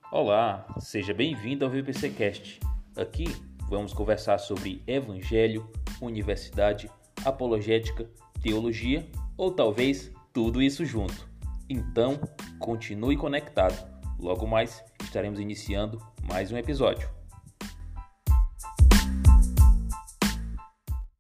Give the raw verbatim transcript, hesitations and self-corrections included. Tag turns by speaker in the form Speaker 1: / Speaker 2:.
Speaker 1: Olá, seja bem-vindo ao VPCcast. Aqui vamos conversar sobre evangelho, universidade, apologética, teologia ou talvez tudo isso junto. Então, continue conectado. Logo mais estaremos iniciando mais um episódio.